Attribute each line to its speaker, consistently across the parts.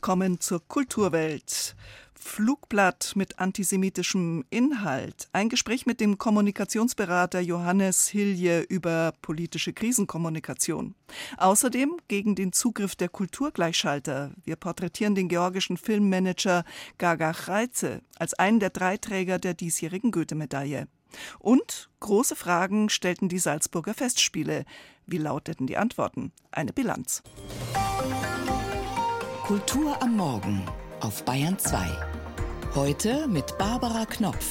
Speaker 1: willkommen zur Kulturwelt. Flugblatt mit antisemitischem Inhalt. Ein Gespräch mit dem Kommunikationsberater Johannes Hilje über politische Krisenkommunikation. Außerdem gegen den Zugriff der Kulturgleichschalter. Wir porträtieren den georgischen Filmmanager Gaga Chreize als einen der 3 Träger der diesjährigen Goethe-Medaille. Und große Fragen stellten die Salzburger Festspiele. Wie lauteten die Antworten? Eine Bilanz.
Speaker 2: Kultur am Morgen auf Bayern 2. Heute mit Barbara Knopf.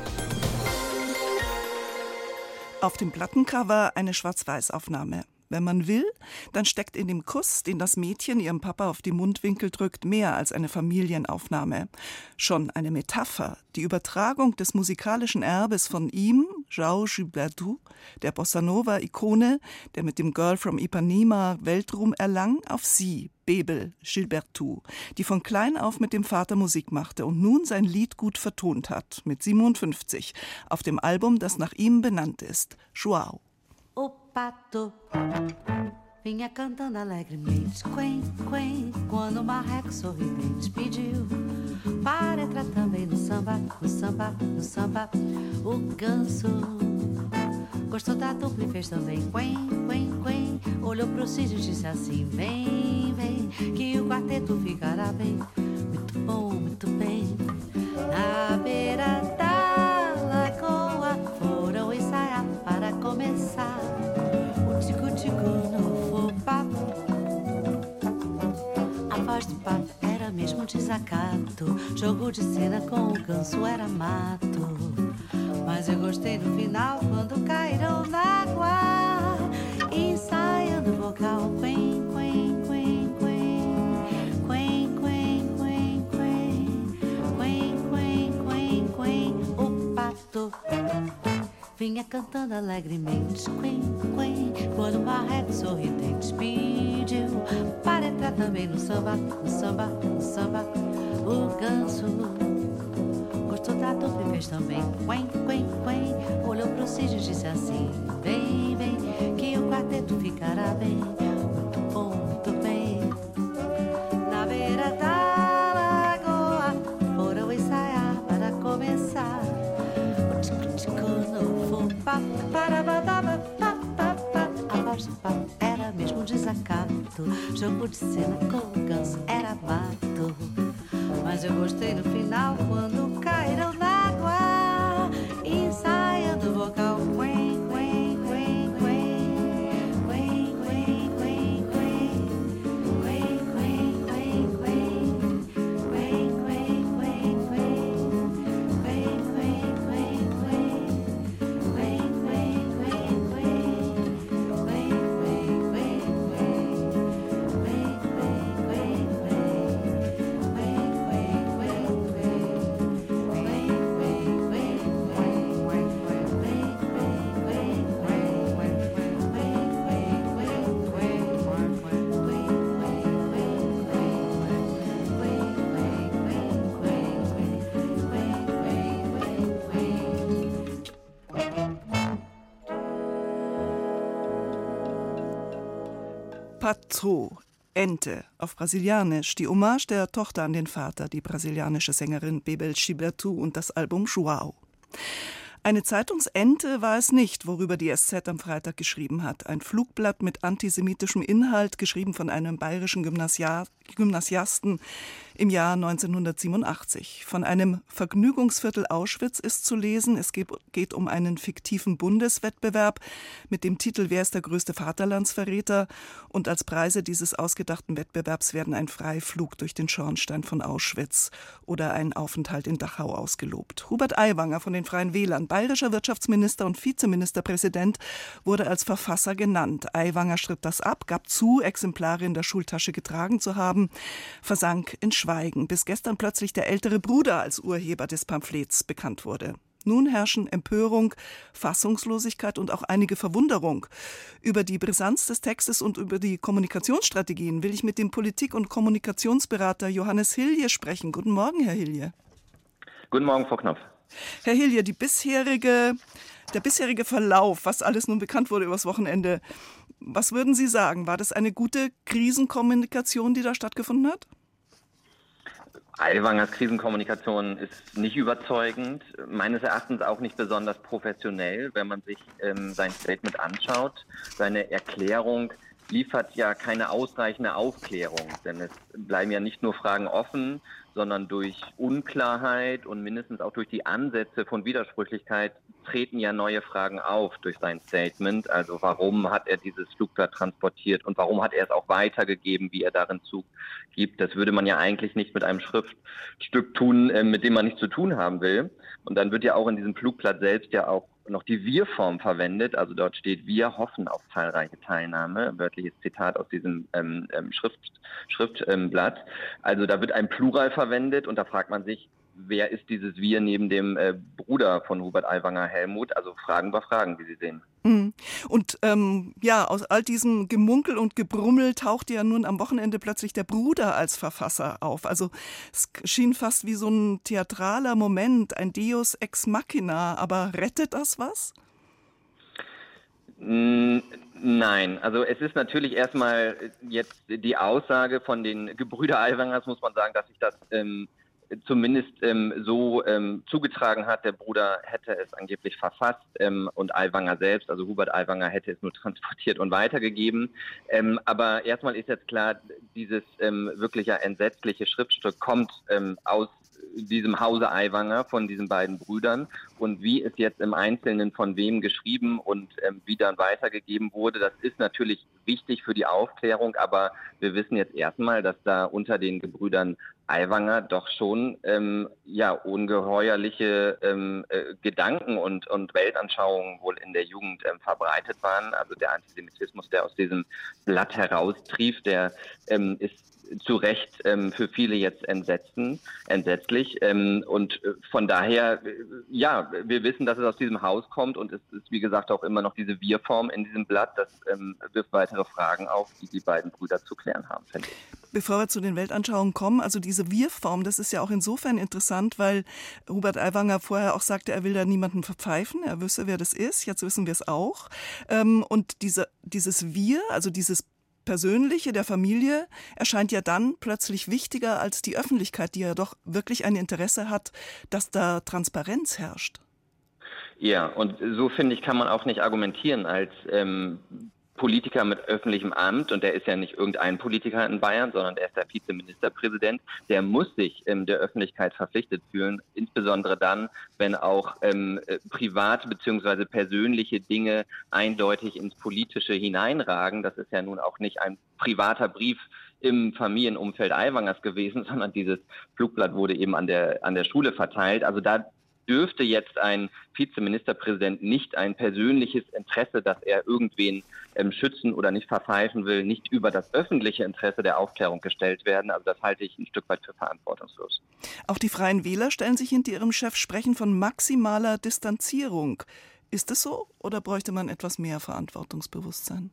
Speaker 1: Auf dem Plattencover eine Schwarz-Weiß-Aufnahme. Wenn man will, dann steckt in dem Kuss, den das Mädchen ihrem Papa auf die Mundwinkel drückt, mehr als eine Familienaufnahme. Schon eine Metapher, die Übertragung des musikalischen Erbes von ihm, João Gilberto, der Bossa-Nova-Ikone, der mit dem Girl from Ipanema Weltruhm erlang, auf sie, Bebel Gilberto, die von klein auf mit dem Vater Musik machte und nun sein Lied gut vertont hat, mit 57, auf dem Album, das nach ihm benannt ist, João.
Speaker 3: O pato vinha cantando alegremente, quen, quen, quando o marreco sorridente pediu para entrar também no samba, no samba, no samba. O ganso gostou da dupla e fez também quen, quen, quen. Olhou pro Cid e disse assim, vem, vem, que o quarteto ficará bem, muito bom, muito bem. Na beira da lagoa foram ensaiar para começar o tico-tico no fubá. A voz do pato era mesmo um desacato, jogo de cena com o ganso era mato. Mas eu gostei no final quando caíram na água, ensaiando o vocal, quen, quen, quen, quen, quen, quen, quen, quen, quen, quen, quen, quen. O pato vinha cantando alegremente, quen, quen, quando o marreco sorridente pediu para entrar também no samba, no samba, no samba. O ganso gostou da dupla e fez também quen, quen, quen. Olhou pro Cid e disse assim, vem, vem, que o quarteto ficará bem, muito bom, muito bem. Na beira da lagoa foram ensaiar para começar o tico-tico no fubá. A voz do pato era mesmo um desacato, jogo de cena com o ganso era mato. Mas eu gostei no final quando caíram na água, ensaiando o vocal, quen, quen, quen, quen, quen, quen, quen, quen, quen, quen, quen, quen, quen,
Speaker 1: Pato, Ente, auf Brasilianisch, die Hommage der Tochter an den Vater, die brasilianische Sängerin Bebel Gilberto und das Album João. Eine Zeitungsente war es nicht, worüber die SZ am Freitag geschrieben hat. Ein Flugblatt mit antisemitischem Inhalt, geschrieben von einem bayerischen Gymnasiasten im Jahr 1987. Von einem Vergnügungsviertel Auschwitz ist zu lesen. Es geht um einen fiktiven Bundeswettbewerb mit dem Titel Wer ist der größte Vaterlandsverräter? Und als Preise dieses ausgedachten Wettbewerbs werden ein Freiflug durch den Schornstein von Auschwitz oder ein Aufenthalt in Dachau ausgelobt. Hubert Aiwanger von den Freien Wählern, bayerischer Wirtschaftsminister und Vizeministerpräsident, wurde als Verfasser genannt. Aiwanger stritt das ab, gab zu, Exemplare in der Schultasche getragen zu haben, versank in Schweigen, bis gestern plötzlich der ältere Bruder als Urheber des Pamphlets bekannt wurde. Nun herrschen Empörung, Fassungslosigkeit und auch einige Verwunderung. Über die Brisanz des Textes und über die Kommunikationsstrategien will ich mit dem Politik- und Kommunikationsberater Johannes Hilje sprechen. Guten Morgen, Herr Hilje.
Speaker 4: Guten Morgen, Frau Knopf.
Speaker 1: Herr Hilje, der bisherige Verlauf, was alles nun bekannt wurde übers Wochenende, was würden Sie sagen? War das eine gute Krisenkommunikation, die da stattgefunden hat?
Speaker 4: Aiwangers Krisenkommunikation ist nicht überzeugend, meines Erachtens auch nicht besonders professionell, wenn man sich sein Statement anschaut. Seine Erklärung liefert ja keine ausreichende Aufklärung, denn es bleiben ja nicht nur Fragen offen, sondern durch Unklarheit und mindestens auch durch die Ansätze von Widersprüchlichkeit treten ja neue Fragen auf durch sein Statement. Also warum hat er dieses Flugblatt transportiert und warum hat er es auch weitergegeben, wie er darin zugibt. Das würde man ja eigentlich nicht mit einem Schriftstück tun, mit dem man nichts zu tun haben will. Und dann wird ja auch in diesem Flugblatt selbst ja auch noch die Wir-Form verwendet. Also dort steht, wir hoffen auf zahlreiche Teilnahme. Wörtliches Zitat aus diesem Schriftblatt. Also da wird ein Plural verwendet und da fragt man sich, wer ist dieses Wir neben dem Bruder von Hubert Aiwanger, Helmut? Also Fragen über Fragen, wie Sie sehen.
Speaker 1: Und aus all diesem Gemunkel und Gebrummel tauchte ja nun am Wochenende plötzlich der Bruder als Verfasser auf. Also es schien fast wie so ein theatraler Moment, ein Deus ex machina. Aber rettet das was?
Speaker 4: Nein, also es ist natürlich erstmal jetzt die Aussage von den Gebrüder Aiwangers, muss man sagen, dass sich das zumindest so zugetragen hat. Der Bruder hätte es angeblich verfasst und Aiwanger selbst, also Hubert Aiwanger, hätte es nur transportiert und weitergegeben. Aber erstmal ist jetzt klar, dieses wirklich ja entsetzliche Schriftstück kommt aus diesem Hause Aiwanger, von diesen beiden Brüdern. Und wie es jetzt im Einzelnen von wem geschrieben und wie dann weitergegeben wurde, das ist natürlich wichtig für die Aufklärung. Aber wir wissen jetzt erstmal, dass da unter den Gebrüdern Aiwanger doch schon ungeheuerliche Gedanken und Weltanschauungen wohl in der Jugend verbreitet waren. Also der Antisemitismus, der aus diesem Blatt heraustrief, der ist zu Recht für viele jetzt entsetzlich. Und von daher, wir wissen, dass es aus diesem Haus kommt und es ist, wie gesagt, auch immer noch diese Wir-Form in diesem Blatt. Das wirft weitere Fragen auf, die die beiden Brüder zu klären haben, finde ich.
Speaker 1: Bevor wir zu den Weltanschauungen kommen, also diese Wir-Form, das ist ja auch insofern interessant, weil Hubert Aiwanger vorher auch sagte, er will da niemanden verpfeifen, er wüsste, wer das ist, jetzt wissen wir es auch. Und dieses Wir, also dieses Persönliche der Familie, erscheint ja dann plötzlich wichtiger als die Öffentlichkeit, die ja doch wirklich ein Interesse hat, dass da Transparenz herrscht.
Speaker 4: Ja, und so, finde ich, kann man auch nicht argumentieren als Politiker mit öffentlichem Amt, und der ist ja nicht irgendein Politiker in Bayern, sondern der ist der Vizeministerpräsident, der muss sich der Öffentlichkeit verpflichtet fühlen, insbesondere dann, wenn auch private bzw. persönliche Dinge eindeutig ins Politische hineinragen. Das ist ja nun auch nicht ein privater Brief im Familienumfeld Aiwangers gewesen, sondern dieses Flugblatt wurde eben an der Schule verteilt. Also da dürfte jetzt ein Vizeministerpräsident nicht ein persönliches Interesse, dass er irgendwen schützen oder nicht verpfeifen will, nicht über das öffentliche Interesse der Aufklärung gestellt werden. Also das halte ich ein Stück weit für verantwortungslos.
Speaker 1: Auch die Freien Wähler stellen sich hinter ihrem Chef, sprechen von maximaler Distanzierung. Ist es so oder bräuchte man etwas mehr Verantwortungsbewusstsein?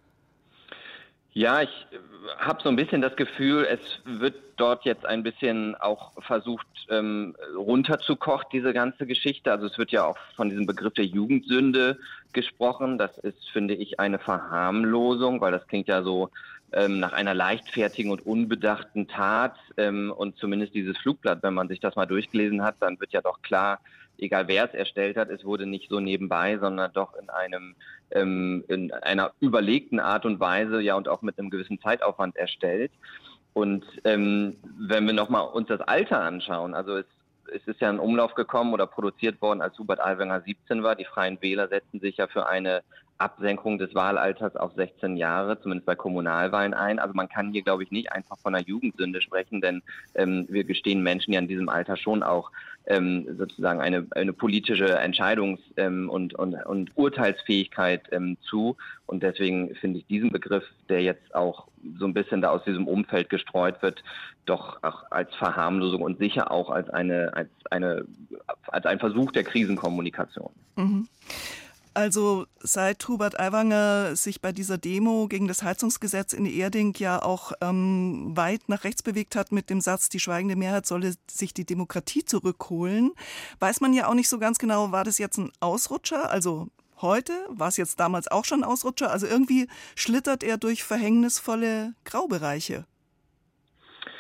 Speaker 4: Ja, ich habe so ein bisschen das Gefühl, es wird dort jetzt ein bisschen auch versucht, runterzukochen, diese ganze Geschichte. Also es wird ja auch von diesem Begriff der Jugendsünde gesprochen. Das ist, finde ich, eine Verharmlosung, weil das klingt ja so nach einer leichtfertigen und unbedachten Tat. Und zumindest dieses Flugblatt, wenn man sich das mal durchgelesen hat, dann wird ja doch klar, egal wer es erstellt hat, es wurde nicht so nebenbei, sondern doch in einer überlegten Art und Weise, ja, und auch mit einem gewissen Zeitaufwand erstellt. Und wenn wir nochmal uns das Alter anschauen, also es ist ja in Umlauf gekommen oder produziert worden, als Hubert Aiwanger 17 war. Die Freien Wähler setzen sich ja für eine Absenkung des Wahlalters auf 16 Jahre, zumindest bei Kommunalwahlen ein. Also man kann hier, glaube ich, nicht einfach von einer Jugendsünde sprechen, denn wir gestehen Menschen ja in diesem Alter schon auch sozusagen eine politische Entscheidungs- und Urteilsfähigkeit zu. Und deswegen finde ich diesen Begriff, der jetzt auch so ein bisschen da aus diesem Umfeld gestreut wird, doch auch als Verharmlosung und sicher auch als ein Versuch der Krisenkommunikation.
Speaker 1: Mhm. Also seit Hubert Aiwanger sich bei dieser Demo gegen das Heizungsgesetz in Erding ja auch weit nach rechts bewegt hat mit dem Satz, die schweigende Mehrheit solle sich die Demokratie zurückholen, weiß man ja auch nicht so ganz genau, war das jetzt ein Ausrutscher? Also heute, war es jetzt damals auch schon ein Ausrutscher? Also irgendwie schlittert er durch verhängnisvolle Graubereiche.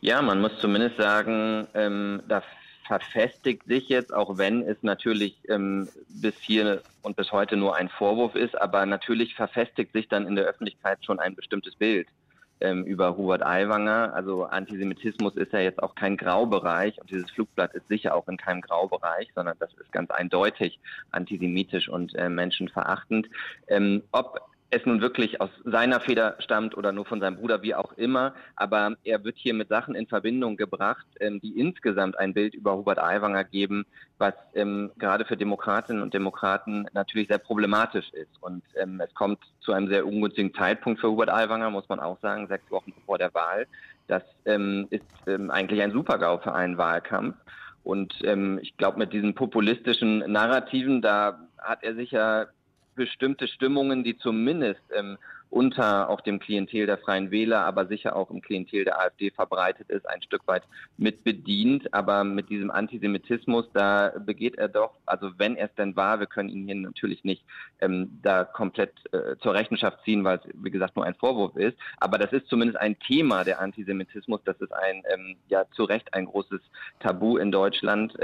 Speaker 4: Ja, man muss zumindest sagen, da verfestigt sich jetzt, auch wenn es natürlich bis hier und bis heute nur ein Vorwurf ist, aber natürlich verfestigt sich dann in der Öffentlichkeit schon ein bestimmtes Bild über Hubert Aiwanger. Also Antisemitismus ist ja jetzt auch kein Graubereich und dieses Flugblatt ist sicher auch in keinem Graubereich, sondern das ist ganz eindeutig antisemitisch und menschenverachtend. Ob es nun wirklich aus seiner Feder stammt oder nur von seinem Bruder, wie auch immer, aber er wird hier mit Sachen in Verbindung gebracht, die insgesamt ein Bild über Hubert Aiwanger geben, was gerade für Demokratinnen und Demokraten natürlich sehr problematisch ist. Und es kommt zu einem sehr ungünstigen Zeitpunkt für Hubert Aiwanger, muss man auch sagen, 6 Wochen vor der Wahl. Das ist eigentlich ein Super-GAU für einen Wahlkampf. Und ich glaube, mit diesen populistischen Narrativen, da hat er sicher bestimmte Stimmungen, die zumindest unter auch dem Klientel der Freien Wähler, aber sicher auch im Klientel der AfD verbreitet ist, ein Stück weit mit bedient. Aber mit diesem Antisemitismus, da begeht er doch, also wenn er es denn war, wir können ihn hier natürlich nicht da komplett zur Rechenschaft ziehen, weil es, wie gesagt, nur ein Vorwurf ist. Aber das ist zumindest ein Thema, der Antisemitismus. Das ist ein, ja, zu Recht ein großes Tabu in Deutschland.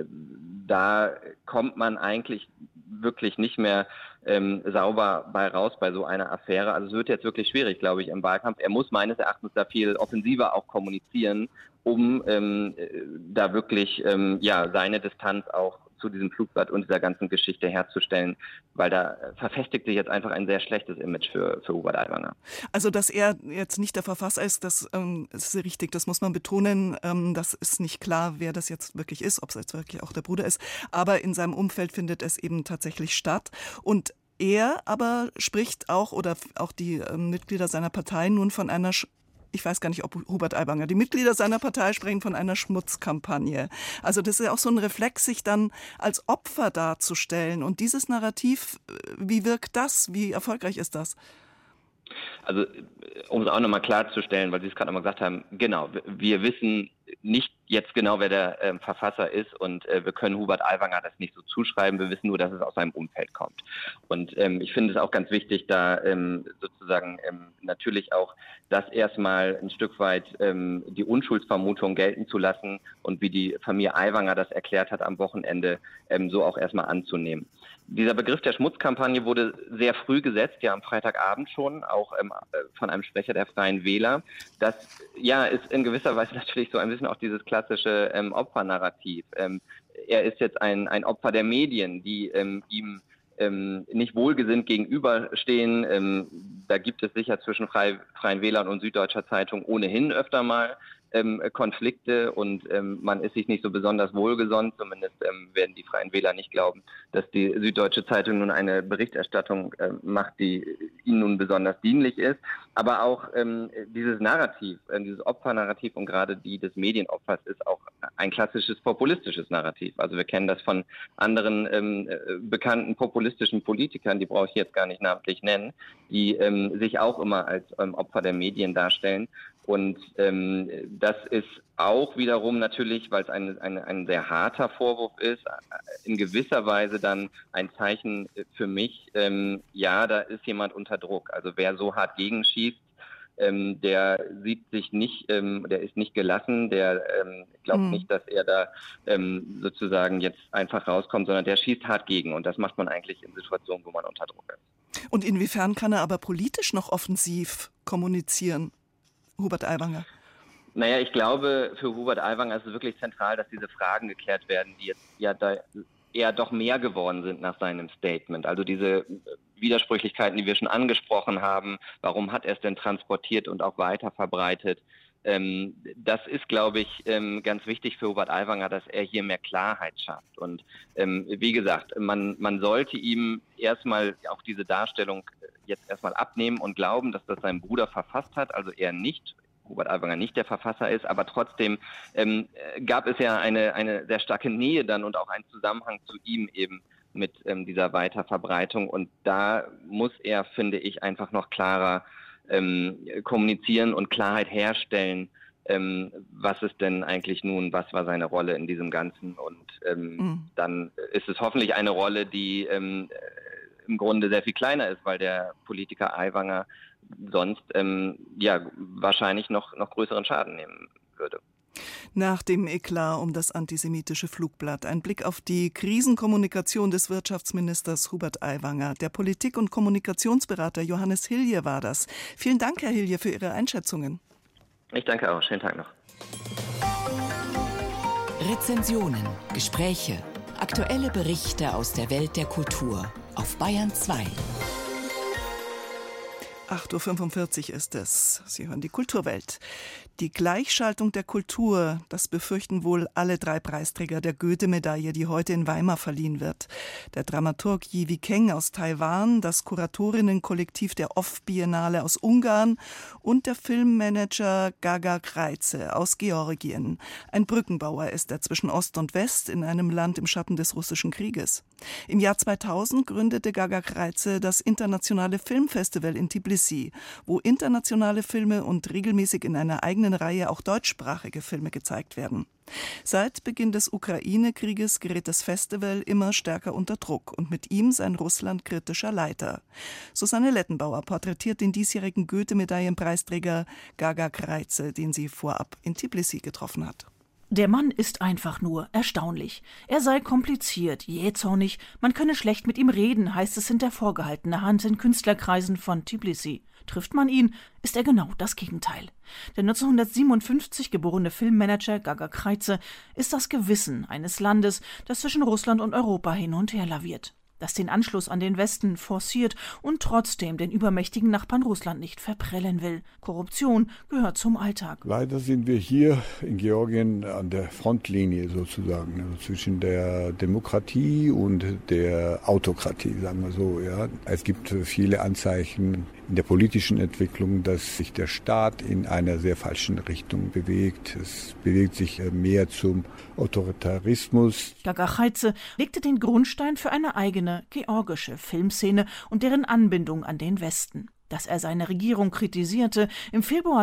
Speaker 4: Da kommt man eigentlich wirklich nicht mehr sauber bei raus bei so einer Affäre. Also es wird jetzt wirklich schwierig, glaube ich, im Wahlkampf. Er muss meines Erachtens da viel offensiver auch kommunizieren, um da wirklich ja seine Distanz auch zu diesem Flugblatt und dieser ganzen Geschichte herzustellen, weil da verfestigt sich jetzt einfach ein sehr schlechtes Image für Hubert Aiwanger.
Speaker 1: Also, dass er jetzt nicht der Verfasser ist, das ist richtig, das muss man betonen. Das ist nicht klar, wer das jetzt wirklich ist, ob es jetzt wirklich auch der Bruder ist. Aber in seinem Umfeld findet es eben tatsächlich statt. Und er aber spricht auch, oder auch die Mitglieder seiner Partei nun von einer ich weiß gar nicht, ob Hubert Aiwanger, die Mitglieder seiner Partei sprechen von einer Schmutzkampagne. Also das ist ja auch so ein Reflex, sich dann als Opfer darzustellen. Und dieses Narrativ, wie wirkt das? Wie erfolgreich ist das?
Speaker 4: Also, um es auch nochmal klarzustellen, weil Sie es gerade nochmal gesagt haben, genau, wir wissen nicht jetzt genau, wer der Verfasser ist und wir können Hubert Aiwanger das nicht so zuschreiben, wir wissen nur, dass es aus seinem Umfeld kommt. Und ich finde es auch ganz wichtig, da sozusagen natürlich auch das erstmal ein Stück weit die Unschuldsvermutung gelten zu lassen und wie die Familie Aiwanger das erklärt hat am Wochenende, so auch erstmal anzunehmen. Dieser Begriff der Schmutzkampagne wurde sehr früh gesetzt, ja am Freitagabend schon, auch von einem Sprecher der Freien Wähler. Das ja ist in gewisser Weise natürlich so ein bisschen auch dieses klassische Opfernarrativ. Er ist jetzt ein Opfer der Medien, die ihm nicht wohlgesinnt gegenüberstehen. Da gibt es sicher zwischen Freien Wählern und Süddeutscher Zeitung ohnehin öfter mal Konflikte und man ist sich nicht so besonders wohlgesonnen. Zumindest werden die Freien Wähler nicht glauben, dass die Süddeutsche Zeitung nun eine Berichterstattung macht, die ihnen nun besonders dienlich ist. Aber auch dieses Narrativ, dieses Opfernarrativ und gerade die des Medienopfers ist auch ein klassisches populistisches Narrativ. Also wir kennen das von anderen bekannten populistischen Politikern, die brauche ich jetzt gar nicht namentlich nennen, die sich auch immer als Opfer der Medien darstellen. Und das ist auch wiederum natürlich, weil es ein sehr harter Vorwurf ist, in gewisser Weise dann ein Zeichen für mich, ja, da ist jemand unter Druck. Also wer so hart gegenschießt, der sieht sich nicht, der ist nicht gelassen, der glaubt nicht, dass er da sozusagen jetzt einfach rauskommt, sondern der schießt hart gegen. Und das macht man eigentlich in Situationen, wo man unter Druck ist.
Speaker 1: Und inwiefern kann er aber politisch noch offensiv kommunizieren, Hubert Aiwanger?
Speaker 4: Naja, ich glaube, für Hubert Aiwanger ist es wirklich zentral, dass diese Fragen geklärt werden, die jetzt ja da eher doch mehr geworden sind nach seinem Statement. Also diese Widersprüchlichkeiten, die wir schon angesprochen haben, warum hat er es denn transportiert und auch weiter verbreitet? Das ist, glaube ich, ganz wichtig für Hubert Aiwanger, dass er hier mehr Klarheit schafft. Und wie gesagt, man sollte ihm erstmal auch diese Darstellung jetzt erstmal abnehmen und glauben, dass das sein Bruder verfasst hat, also er nicht, Hubert Aiwanger nicht der Verfasser ist, aber trotzdem gab es ja eine sehr starke Nähe dann und auch einen Zusammenhang zu ihm eben mit dieser Weiterverbreitung. Und da muss er, finde ich, einfach noch klarer kommunizieren und Klarheit herstellen, was ist denn eigentlich nun, was war seine Rolle in diesem Ganzen. Und dann ist es hoffentlich eine Rolle, die im Grunde sehr viel kleiner ist, weil der Politiker Aiwanger sonst ja wahrscheinlich noch größeren Schaden nehmen würde.
Speaker 1: Nach dem Eklat um das antisemitische Flugblatt ein Blick auf die Krisenkommunikation des Wirtschaftsministers Hubert Aiwanger. Der Politik- und Kommunikationsberater Johannes Hilje war das. Vielen Dank, Herr Hilje, für Ihre Einschätzungen.
Speaker 4: Ich danke auch. Schönen Tag noch.
Speaker 2: Rezensionen, Gespräche, aktuelle Berichte aus der Welt der Kultur auf Bayern 2.
Speaker 1: 8.45 Uhr ist es. Sie hören die Kulturwelt. Die Gleichschaltung der Kultur, das befürchten wohl alle 3 Preisträger der Goethe-Medaille, die heute in Weimar verliehen wird. Der Dramaturg Yi Wei-keng aus Taiwan, das Kuratorinnenkollektiv der Off-Biennale aus Ungarn und der Filmmanager Gaga Kreize aus Georgien. Ein Brückenbauer ist er zwischen Ost und West in einem Land im Schatten des russischen Krieges. Im Jahr 2000 gründete Gaga Kreize das Internationale Filmfestival in Tbilisi, wo internationale Filme und regelmäßig in einer eigenen Reihe auch deutschsprachige Filme gezeigt werden. Seit Beginn des Ukraine-Krieges gerät das Festival immer stärker unter Druck und mit ihm sein russlandkritischer Leiter. Susanne Lettenbauer porträtiert den diesjährigen Goethe-Medaillenpreisträger Gaga Kreize, den sie vorab in Tbilisi getroffen hat.
Speaker 5: Der Mann ist einfach nur erstaunlich. Er sei kompliziert, jähzornig, man könne schlecht mit ihm reden, heißt es hinter vorgehaltener Hand in Künstlerkreisen von Tbilisi. Trifft man ihn, ist er genau das Gegenteil. Der 1957 geborene Filmmanager Gaga Kreize ist das Gewissen eines Landes, das zwischen Russland und Europa hin und her laviert, das den Anschluss an den Westen forciert und trotzdem den übermächtigen Nachbarn Russland nicht verprellen will. Korruption gehört zum Alltag.
Speaker 6: Leider sind wir hier in Georgien an der Frontlinie sozusagen, also zwischen der Demokratie und der Autokratie, sagen wir so. Ja. Es gibt viele Anzeichen in der politischen Entwicklung, dass sich der Staat in einer sehr falschen Richtung bewegt. Es bewegt sich mehr zum Autoritarismus.
Speaker 5: Gaga Kreize legte den Grundstein für eine eigene georgische Filmszene und deren Anbindung an den Westen. Dass er seine Regierung kritisierte, im Februar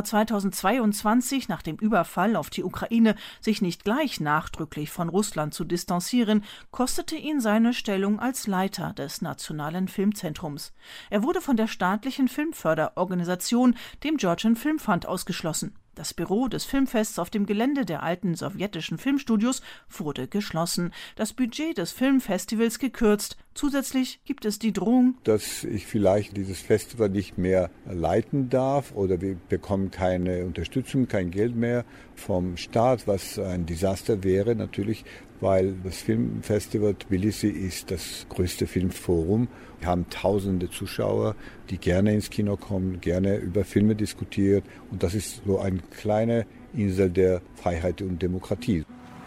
Speaker 5: 2022 nach dem Überfall auf die Ukraine sich nicht gleich nachdrücklich von Russland zu distanzieren, kostete ihn seine Stellung als Leiter des Nationalen Filmzentrums. Er wurde von der staatlichen Filmförderorganisation, dem Georgian Film Fund, ausgeschlossen. Das Büro des Filmfests auf dem Gelände der alten sowjetischen Filmstudios wurde geschlossen, das Budget des Filmfestivals gekürzt. Zusätzlich gibt es die Drohung,
Speaker 6: dass ich vielleicht dieses Festival nicht mehr leiten darf oder wir bekommen keine Unterstützung, kein Geld mehr vom Staat, was ein Desaster wäre natürlich, weil das Filmfestival Tbilisi ist das größte Filmforum. Wir haben tausende Zuschauer, die gerne ins Kino kommen, gerne über Filme diskutieren. Und das ist so eine kleine Insel der Freiheit und Demokratie.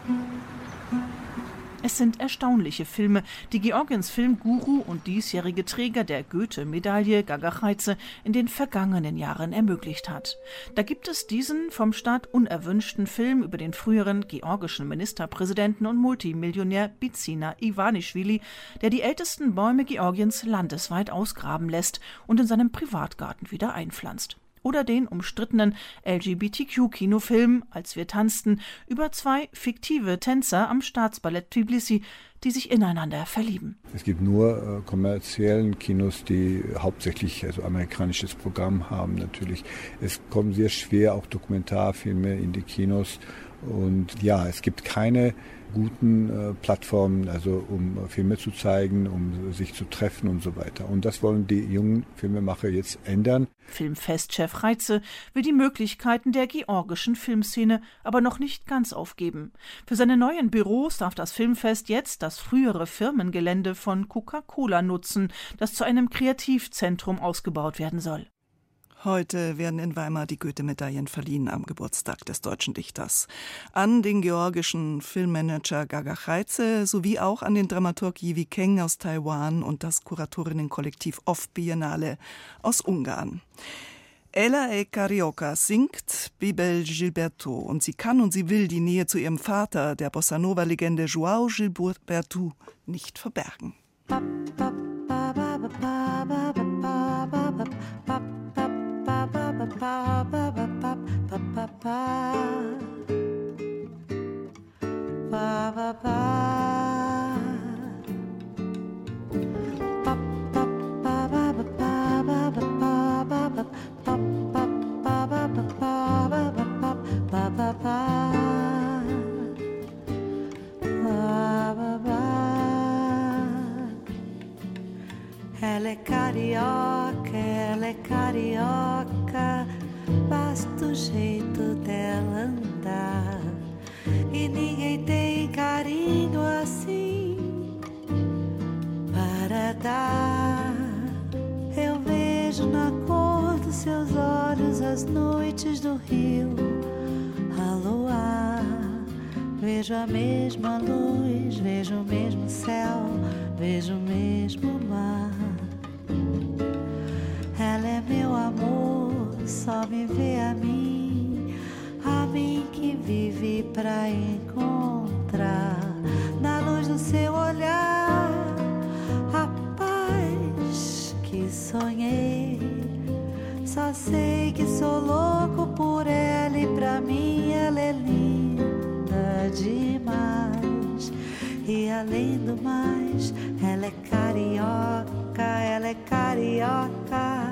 Speaker 5: Es sind erstaunliche Filme, die Georgiens Filmguru und diesjährige Träger der Goethe-Medaille Gaga Kreize in den vergangenen Jahren ermöglicht hat. Da gibt es diesen vom Staat unerwünschten Film über den früheren georgischen Ministerpräsidenten und Multimillionär Bidzina Ivanischvili, der die ältesten Bäume Georgiens landesweit ausgraben lässt und in seinem Privatgarten wieder einpflanzt. Oder den umstrittenen LGBTQ-Kinofilm Als wir tanzten über 2 fiktive Tänzer am Staatsballett Tbilisi, die sich ineinander verlieben.
Speaker 6: Es gibt nur kommerziellen Kinos, die hauptsächlich amerikanisches Programm haben natürlich. Es kommen sehr schwer auch Dokumentarfilme in die Kinos. Und ja, es gibt keine guten Plattformen, also um Filme zu zeigen, um sich zu treffen und so weiter. Und das wollen die jungen Filmemacher jetzt ändern.
Speaker 5: Filmfestchef Kreize will die Möglichkeiten der georgischen Filmszene aber noch nicht ganz aufgeben. Für seine neuen Büros darf das Filmfest jetzt das frühere Firmengelände von Coca-Cola nutzen, das zu einem Kreativzentrum ausgebaut werden soll.
Speaker 1: Heute werden in Weimar die Goethe-Medaillen verliehen am Geburtstag des deutschen Dichters. An den georgischen Filmmanager Gaga Kreize sowie auch an den Dramaturg Yi Wei-keng aus Taiwan und das Kuratorinnenkollektiv Off-Biennale aus Ungarn. Ella e Carioca singt Bebel Gilberto und sie kann und sie will die Nähe zu ihrem Vater, der Bossa-Nova-Legende João Gilberto, nicht verbergen.
Speaker 3: Ba do jeito dela andar. E ninguém tem carinho assim para dar. Eu vejo na cor dos seus olhos as noites do rio, a luar. Vejo a mesma luz, vejo o mesmo céu, vejo o mesmo mar. Ela é meu amor, só me vê a mim que vive pra encontrar na luz do seu olhar a paz que sonhei. Só sei que sou louco por ela e pra mim ela é linda demais. E além do mais, ela é carioca, ela é carioca.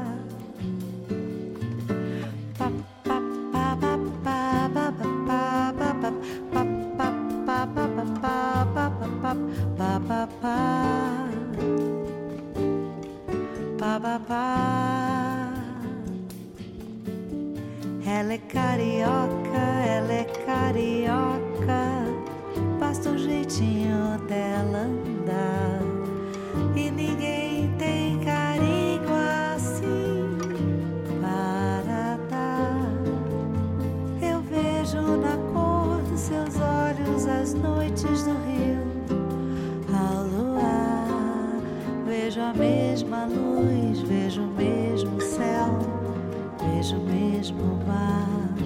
Speaker 3: Ela é carioca, ela é carioca. Basta o jeitinho dela andar. E ninguém tem carinho assim para dar. Eu vejo na cor dos seus olhos as noites do rio, ao luar. Vejo a mesma luz, vejo o mesmo céu, vejo o mesmo mar.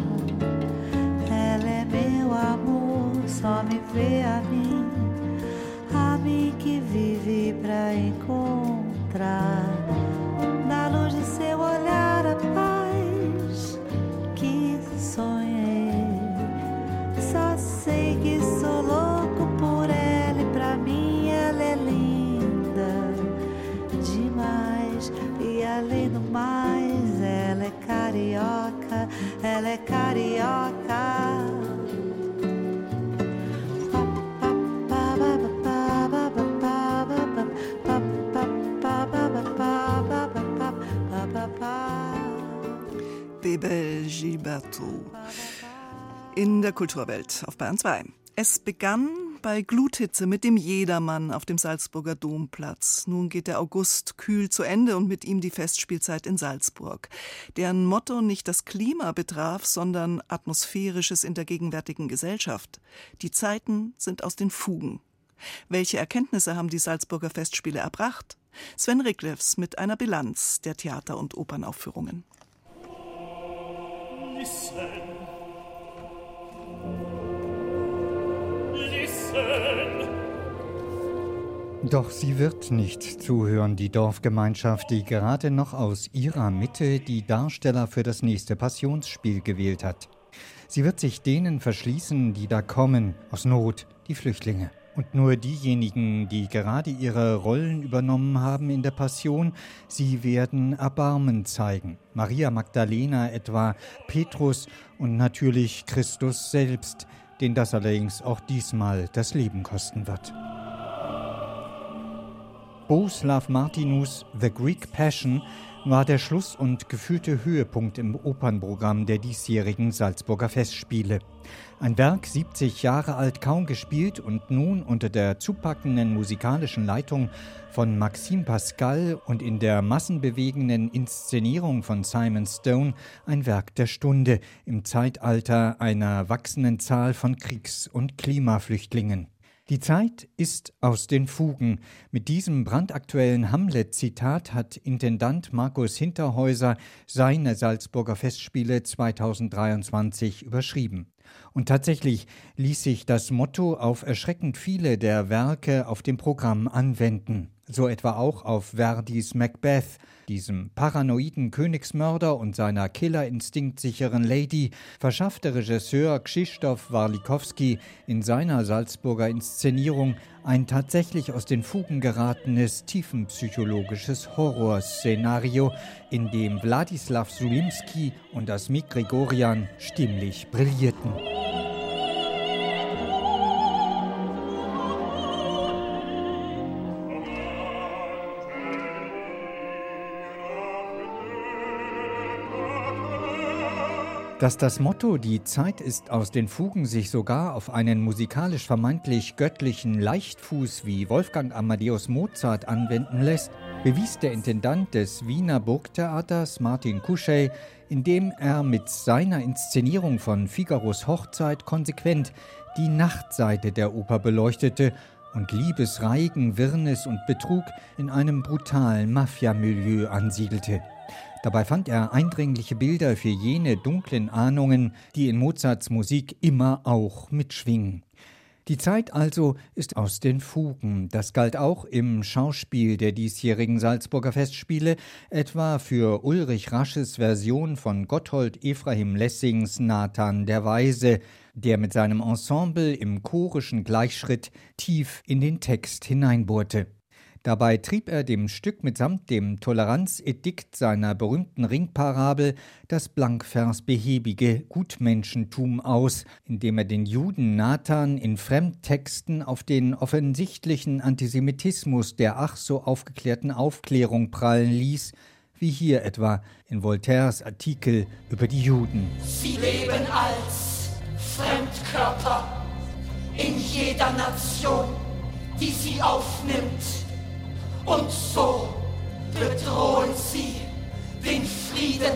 Speaker 3: Ela é meu amor, só me vê a mim que vive pra encontrar na luz do seu olhar a paz que sonhei. Só sei que sou louco por ela e pra mim ela é linda demais. E além do mais, ela é carioca, ela é carioca.
Speaker 1: Bebel Gilberto in der Kulturwelt auf Bayern 2. Es begann bei Gluthitze mit dem Jedermann auf dem Salzburger Domplatz. Nun geht der August kühl zu Ende und mit ihm die Festspielzeit in Salzburg, deren Motto nicht das Klima betraf, sondern Atmosphärisches in der gegenwärtigen Gesellschaft. Die Zeiten sind aus den Fugen. Welche Erkenntnisse haben die Salzburger Festspiele erbracht? Sven Riklefs mit einer Bilanz der Theater- und Opernaufführungen.
Speaker 7: Listen. Doch sie wird nicht zuhören, die Dorfgemeinschaft, die gerade noch aus ihrer Mitte die Darsteller für das nächste Passionsspiel gewählt hat. Sie wird sich denen verschließen, die da kommen, aus Not, die Flüchtlinge. Und nur diejenigen, die gerade ihre Rollen übernommen haben in der Passion, sie werden Erbarmen zeigen. Maria Magdalena etwa, Petrus und natürlich Christus selbst, den das allerdings auch diesmal das Leben kosten wird. Bohuslav Martinus' The Greek Passion war der Schluss und gefühlte Höhepunkt im Opernprogramm der diesjährigen Salzburger Festspiele. Ein Werk 70 Jahre alt, kaum gespielt und nun unter der zupackenden musikalischen Leitung von Maxime Pascal und in der massenbewegenden Inszenierung von Simon Stone ein Werk der Stunde im Zeitalter einer wachsenden Zahl von Kriegs- und Klimaflüchtlingen. Die Zeit ist aus den Fugen. Mit diesem brandaktuellen Hamlet-Zitat hat Intendant Markus Hinterhäuser seine Salzburger Festspiele 2023 überschrieben. Und tatsächlich ließ sich das Motto auf erschreckend viele der Werke auf dem Programm anwenden. So etwa auch auf Verdis Macbeth, diesem paranoiden Königsmörder und seiner killerinstinkt-sicheren Lady, verschaffte Regisseur Krzysztof Warlikowski in seiner Salzburger Inszenierung ein tatsächlich aus den Fugen geratenes tiefenpsychologisches Horrorszenario, in dem Wladislaw Sulimski und Asmik Grigorian stimmlich brillierten. Dass das Motto »Die Zeit ist aus den Fugen« sich sogar auf einen musikalisch vermeintlich göttlichen Leichtfuß wie Wolfgang Amadeus Mozart anwenden lässt, bewies der Intendant des Wiener Burgtheaters Martin Kuschey, indem er mit seiner Inszenierung von Figaros Hochzeit konsequent die Nachtseite der Oper beleuchtete und Liebesreigen, Wirrnis und Betrug in einem brutalen Mafia-Milieu ansiedelte. Dabei fand er eindringliche Bilder für jene dunklen Ahnungen, die in Mozarts Musik immer auch mitschwingen. Die Zeit also ist aus den Fugen. Das galt auch im Schauspiel der diesjährigen Salzburger Festspiele, etwa für Ulrich Rasches Version von Gotthold Ephraim Lessings Nathan der Weise, der mit seinem Ensemble im chorischen Gleichschritt tief in den Text hineinbohrte. Dabei trieb er dem Stück mitsamt dem Toleranzedikt seiner berühmten Ringparabel das blankversbehäbige Gutmenschentum aus, indem er den Juden Nathan in Fremdtexten auf den offensichtlichen Antisemitismus der ach so aufgeklärten Aufklärung prallen ließ, wie hier etwa in Voltaires Artikel über die Juden.
Speaker 8: Sie leben als Fremdkörper in jeder Nation, die sie aufnimmt. Und so bedrohen sie den Frieden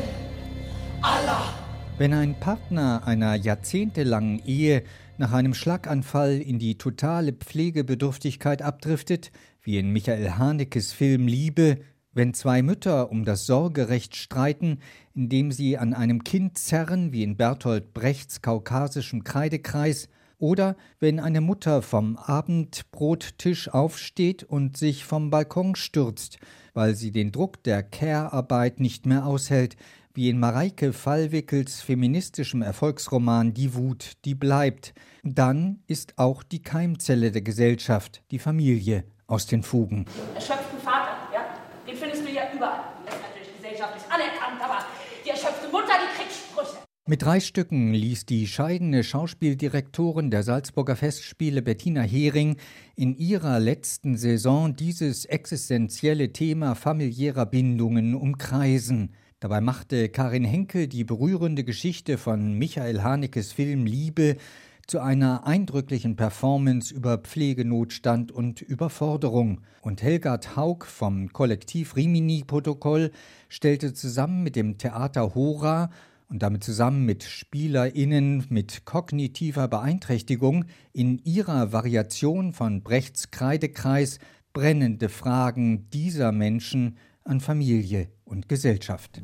Speaker 8: aller.
Speaker 7: Wenn ein Partner einer jahrzehntelangen Ehe nach einem Schlaganfall in die totale Pflegebedürftigkeit abdriftet, wie in Michael Hanekes Film Liebe, wenn zwei Mütter um das Sorgerecht streiten, indem sie an einem Kind zerren, wie in Bertolt Brechts kaukasischem Kreidekreis, oder wenn eine Mutter vom Abendbrottisch aufsteht und sich vom Balkon stürzt, weil sie den Druck der Care-Arbeit nicht mehr aushält, wie in Mareike Fallwickels feministischem Erfolgsroman Die Wut, die bleibt, dann ist auch die Keimzelle der Gesellschaft, die Familie, aus den Fugen.
Speaker 9: Erschöpften Vater, ja, den findest du ja überall. Das ist natürlich gesellschaftlich anerkannt, aber die erschöpfte Mutter, die kriegt Sprüche.
Speaker 7: Mit 3 Stücken ließ die scheidende Schauspieldirektorin der Salzburger Festspiele Bettina Hering in ihrer letzten Saison dieses existenzielle Thema familiärer Bindungen umkreisen. Dabei machte Karin Henkel die berührende Geschichte von Michael Hanekes Film Liebe zu einer eindrücklichen Performance über Pflegenotstand und Überforderung. Und Helgard Haug vom Kollektiv Rimini-Protokoll stellte zusammen mit dem Theater Hora und damit zusammen mit SpielerInnen mit kognitiver Beeinträchtigung in ihrer Variation von Brechts Kreidekreis brennende Fragen dieser Menschen an Familie und Gesellschaft.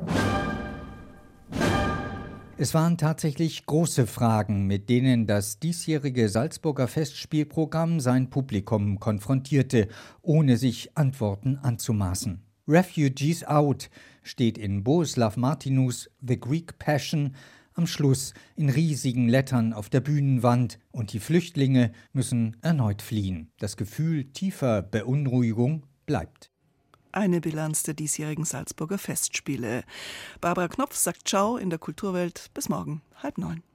Speaker 7: Es waren tatsächlich große Fragen, mit denen das diesjährige Salzburger Festspielprogramm sein Publikum konfrontierte, ohne sich Antworten anzumaßen. Refugees Out steht in Bohuslav Martinus' The Greek Passion am Schluss in riesigen Lettern auf der Bühnenwand und die Flüchtlinge müssen erneut fliehen. Das Gefühl tiefer Beunruhigung bleibt.
Speaker 1: Eine Bilanz der diesjährigen Salzburger Festspiele. Barbara Knopf sagt Ciao in der Kulturwelt. Bis morgen, 8:30.